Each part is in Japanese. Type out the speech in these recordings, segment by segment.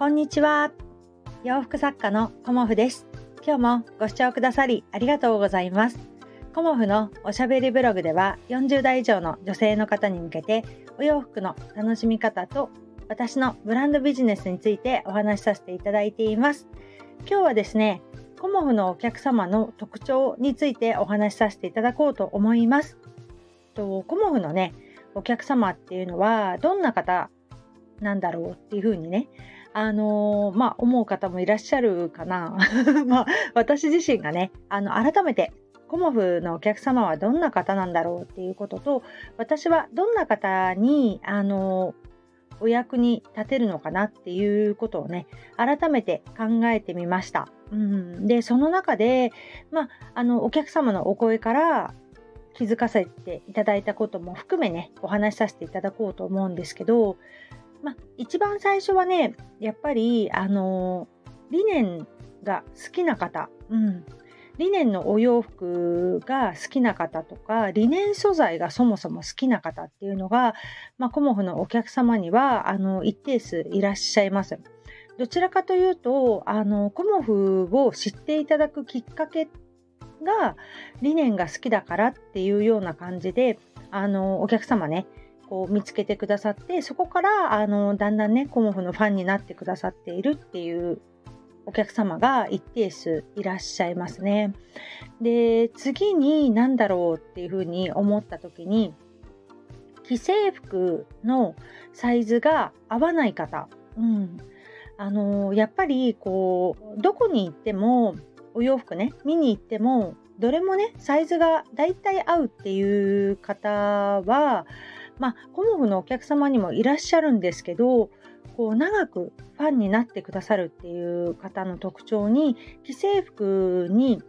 こんにちは。洋服作家のコモフです。今日もご視聴くださりありがとうございます。コモフのおしゃべりブログでは40代以上の女性の方に向けてお洋服の楽しみ方と私のブランドビジネスについてお話しさせていただいています。今日はですね、コモフのお客様の特徴についてお話しさせていただこうと思います。コモフのね、お客様っていうのはどんな方なんだろうっていうふうにね、思う方もいらっしゃるかな。私自身がね、改めてコモフのお客様はどんな方なんだろうっていうことと、私はどんな方にお役に立てるのかなっていうことをね、改めて考えてみました。で、その中で、お客様のお声から気づかせていただいたことも含めね、お話しさせていただこうと思うんですけど、一番最初はね、やっぱりリネンが好きな方、リネンのお洋服が好きな方とか、リネン素材がそもそも好きな方っていうのが、コモフのお客様には一定数いらっしゃいます。どちらかというとコモフを知っていただくきっかけがリネンが好きだからっていうような感じでお客様ねこう見つけてくださって、そこからだんだんねコモフのファンになってくださっているっていうお客様が一定数いらっしゃいますね。で、次に何だろうっていうふうに思った時に、既製服のサイズが合わない方、やっぱりこうどこに行ってもお洋服ね見に行ってもどれもねサイズがだいたい合うっていう方はコモフのお客様にもいらっしゃるんですけど、こう長くファンになってくださるっていう方の特徴に、既製服に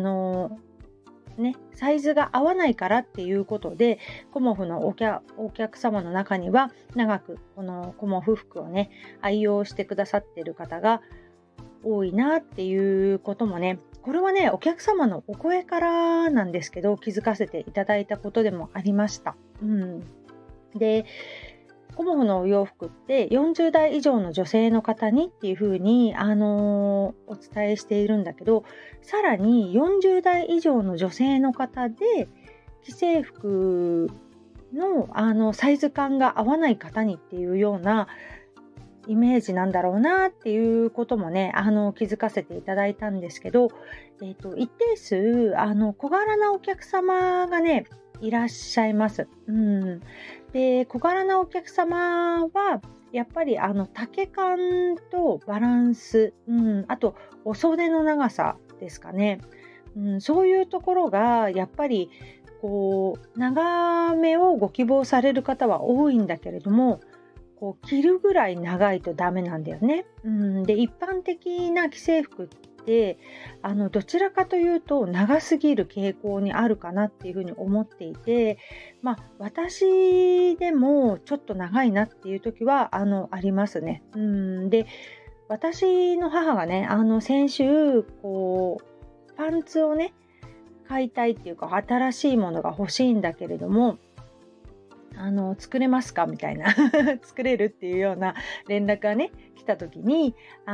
サイズが合わないからっていうことで、コモフのお客様の中には長くこのコモフ服をね愛用してくださっている方が多いなっていうこともね、これはねお客様のお声からなんですけど気づかせていただいたことでもありました。で、コモフのお洋服って40代以上の女性の方にっていう風に、お伝えしているんだけど、さらに40代以上の女性の方で既製服の、サイズ感が合わない方にっていうようなイメージなんだろうなっていうこともね気づかせていただいたんですけど、一定数小柄なお客様がねいらっしゃいます。で、小柄なお客様はやっぱり丈感とバランス、あとお袖の長さですかね。そういうところがやっぱりこう長めをご希望される方は多いんだけれども、こう着るぐらい長いとダメなんだよね。で、一般的な既製服ってどちらかというと長すぎる傾向にあるかなっていうふうに思っていて、私でもちょっと長いなっていう時はありますね。で、私の母がね先週こうパンツをね買いたいっていうか新しいものが欲しいんだけれども作れますかみたいな作れるっていうような連絡がね来た時に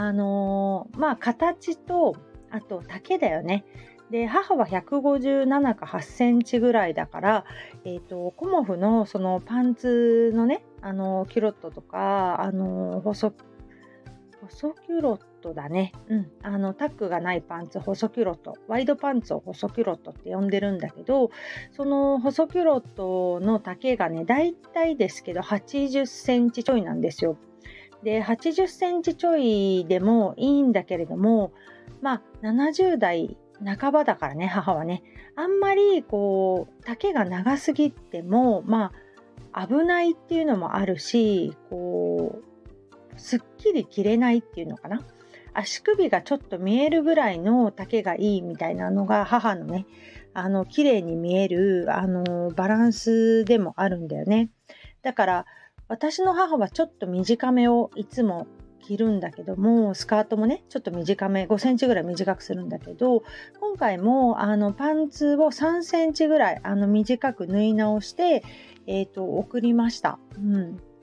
形とあと丈だよね。で、母は157か8センチぐらいだから、コモフのそのパンツのねキュロットとか細キュロットだね。タックがないパンツ、細キュロット、ワイドパンツを細キュロットって呼んでるんだけど、その細キュロットの丈がね、だいたいですけど80センチちょいなんですよ。で、80センチちょいでもいいんだけれども、70代半ばだからね、母はね、あんまりこう丈が長すぎても危ないっていうのもあるし、こうすっきり着れないっていうのかな。足首がちょっと見えるぐらいの丈がいいみたいなのが母のね、綺麗に見えるバランスでもあるんだよね。だから私の母はちょっと短めをいつも着るんだけども、スカートもねちょっと短め5センチぐらい短くするんだけど、今回もパンツを3センチぐらい短く縫い直して送りました。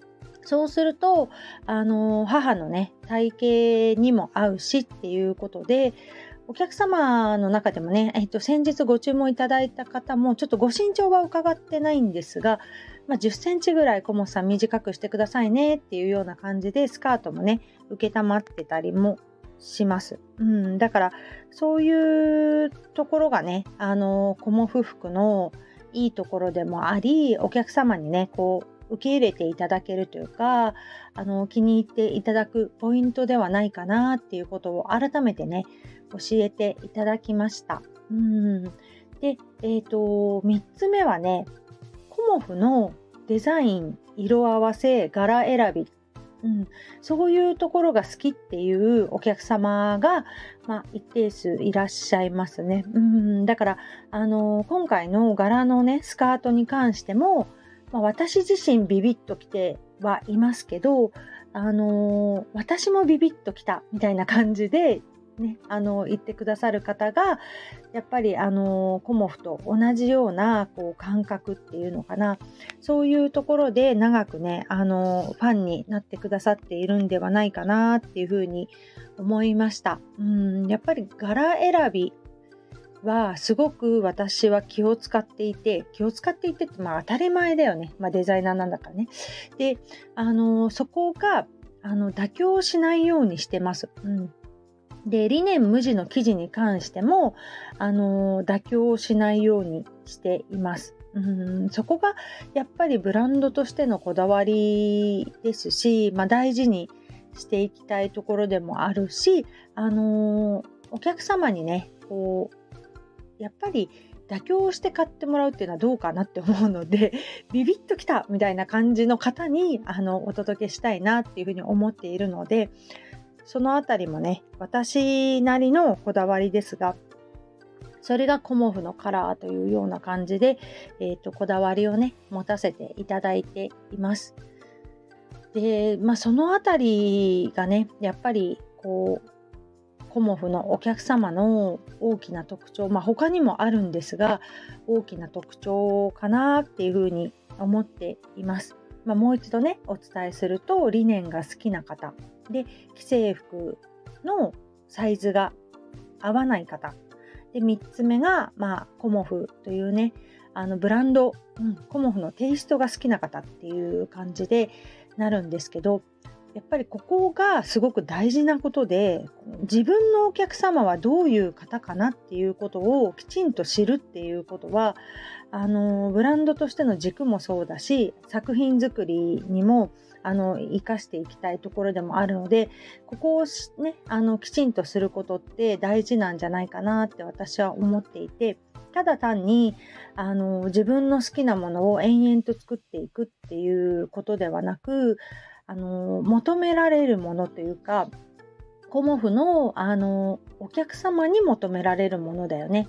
そうすると母のね体型にも合うしっていうことで、お客様の中でもね、先日ご注文いただいた方もちょっとご身長は伺ってないんですが、10センチぐらいコモフさん短くしてくださいねっていうような感じでスカートもね承ってたりもします。だからそういうところがねコモフ服のいいところでもあり、お客様にね受け入れていただけるというか、気に入っていただくポイントではないかなっていうことを改めてね教えていただきました。で、3つ目はね、コモフのデザイン、色合わせ、柄選び、そういうところが好きっていうお客様が、一定数いらっしゃいますね。だから、今回の柄のねスカートに関しても、私自身ビビッときてはいますけど、私もビビッときたみたいな感じでね、言ってくださる方がやっぱりコモフと同じような感覚っていうのかな、そういうところで長くねファンになってくださっているんではないかなっていうふうに思いました。やっぱり柄選びはすごく私は気を使っていてって当たり前だよね、デザイナーなんだからね。でそこが妥協しないようにしてます。でリネン無地の生地に関しても妥協しないようにしています。そこがやっぱりブランドとしてのこだわりですし、大事にしていきたいところでもあるし、お客様にねやっぱり妥協して買ってもらうっていうのはどうかなって思うので、ビビッときたみたいな感じの方にお届けしたいなっていうふうに思っているので、そのあたりもね私なりのこだわりですが、それがコモフのカラーというような感じで、こだわりをね持たせていただいています。で、そのあたりがねやっぱりコモフのお客様の大きな特徴、他にもあるんですが大きな特徴かなっていうふうに思っています。もう一度ねお伝えすると、リネンが好きな方で、既製服のサイズが合わない方で、3つ目が、コモフというねブランド、コモフのテイストが好きな方っていう感じでなるんですけど、やっぱりここがすごく大事なことで、自分のお客様はどういう方かなっていうことをきちんと知るっていうことはブランドとしての軸もそうだし、作品作りにも生かしていきたいところでもあるので、ここをねきちんとすることって大事なんじゃないかなって私は思っていて、ただ単に自分の好きなものを延々と作っていくっていうことではなく、求められるものというか、コモフのお客様に求められるものだよね。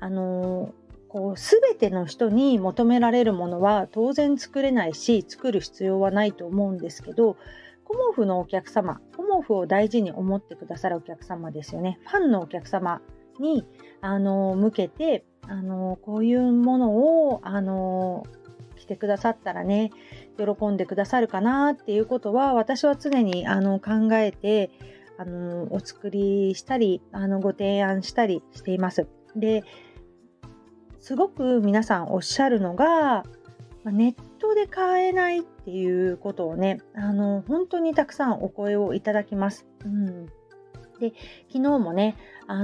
全ての人に求められるものは当然作れないし、作る必要はないと思うんですけど、コモフのお客様、コモフを大事に思ってくださるお客様ですよね。ファンのお客様に向けてこういうものを着てくださったらね喜んでくださるかなっていうことは、私は常に考えてお作りしたりご提案したりしています。ですごく皆さんおっしゃるのが、ネットで買えないっていうことをね本当にたくさんお声をいただきます。で昨日もね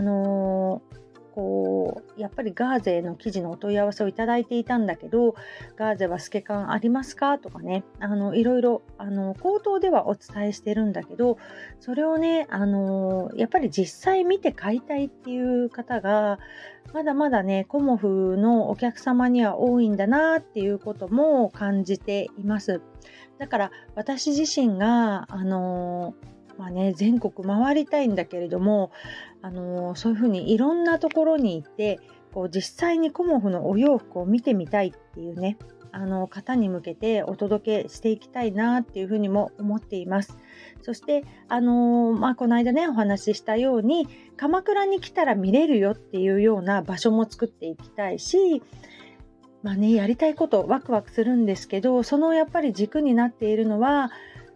やっぱりガーゼの生地のお問い合わせをいただいていたんだけど、ガーゼは透け感ありますかとかねいろいろ口頭ではお伝えしてるんだけど、それをねやっぱり実際見て買いたいっていう方がまだまだねコモフのお客様には多いんだなっていうことも感じています。だから私自身が全国回りたいんだけれどもそういうふうにいろんなところに行って実際にコモフのお洋服を見てみたいっていうね方に向けてお届けしていきたいなっていうふうにも思っています。そしてこの間ねお話ししたように鎌倉に来たら見れるよっていうような場所も作っていきたいし、やりたいことワクワクするんですけど、そのやっぱり軸になっているのは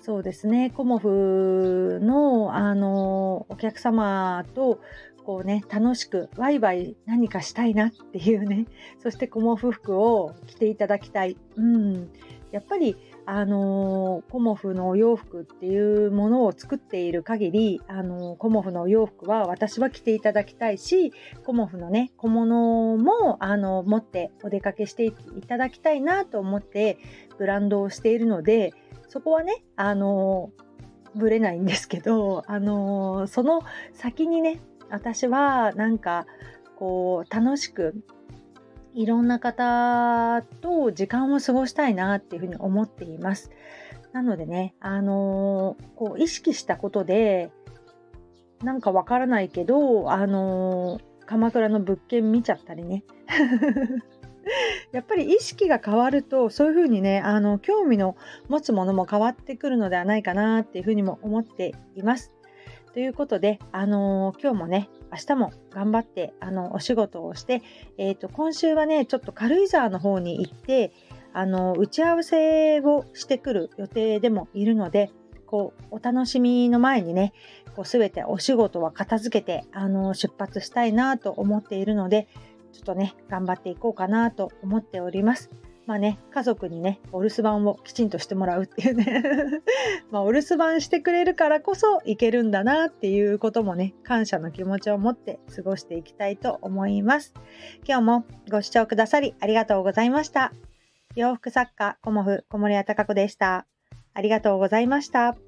そうですね、コモフの、お客様とこうね、楽しくワイワイ何かしたいなっていうね、そしてコモフ服を着ていただきたい。やっぱりコモフのお洋服っていうものを作っている限り、コモフのお洋服は私は着ていただきたいし、コモフのね、小物も持ってお出かけしていただきたいなと思ってブランドをしているので、そこはね、ぶれないんですけど、その先にね、私はなんかこう楽しくいろんな方と時間を過ごしたいなっていうふうに思っています。なのでね、こう意識したことで、なんかわからないけど、鎌倉の物件見ちゃったりね。やっぱり意識が変わると、そういうふうにね、興味の持つものも変わってくるのではないかなっていうふうにも思っています。ということで、今日もね、明日も頑張ってお仕事をして、今週はね、ちょっと軽井沢の方に行って、打ち合わせをしてくる予定でもいるので、こうお楽しみの前にね、こう全てお仕事は片付けて出発したいなと思っているので、ちょっとね、頑張っていこうかなと思っております。まあね、家族にね、お留守番をきちんとしてもらうっていうねまあお留守番してくれるからこそ行けるんだなっていうこともね、感謝の気持ちを持って過ごしていきたいと思います。今日もご視聴くださりありがとうございました。洋服作家コモフ小森屋隆子でした。ありがとうございました。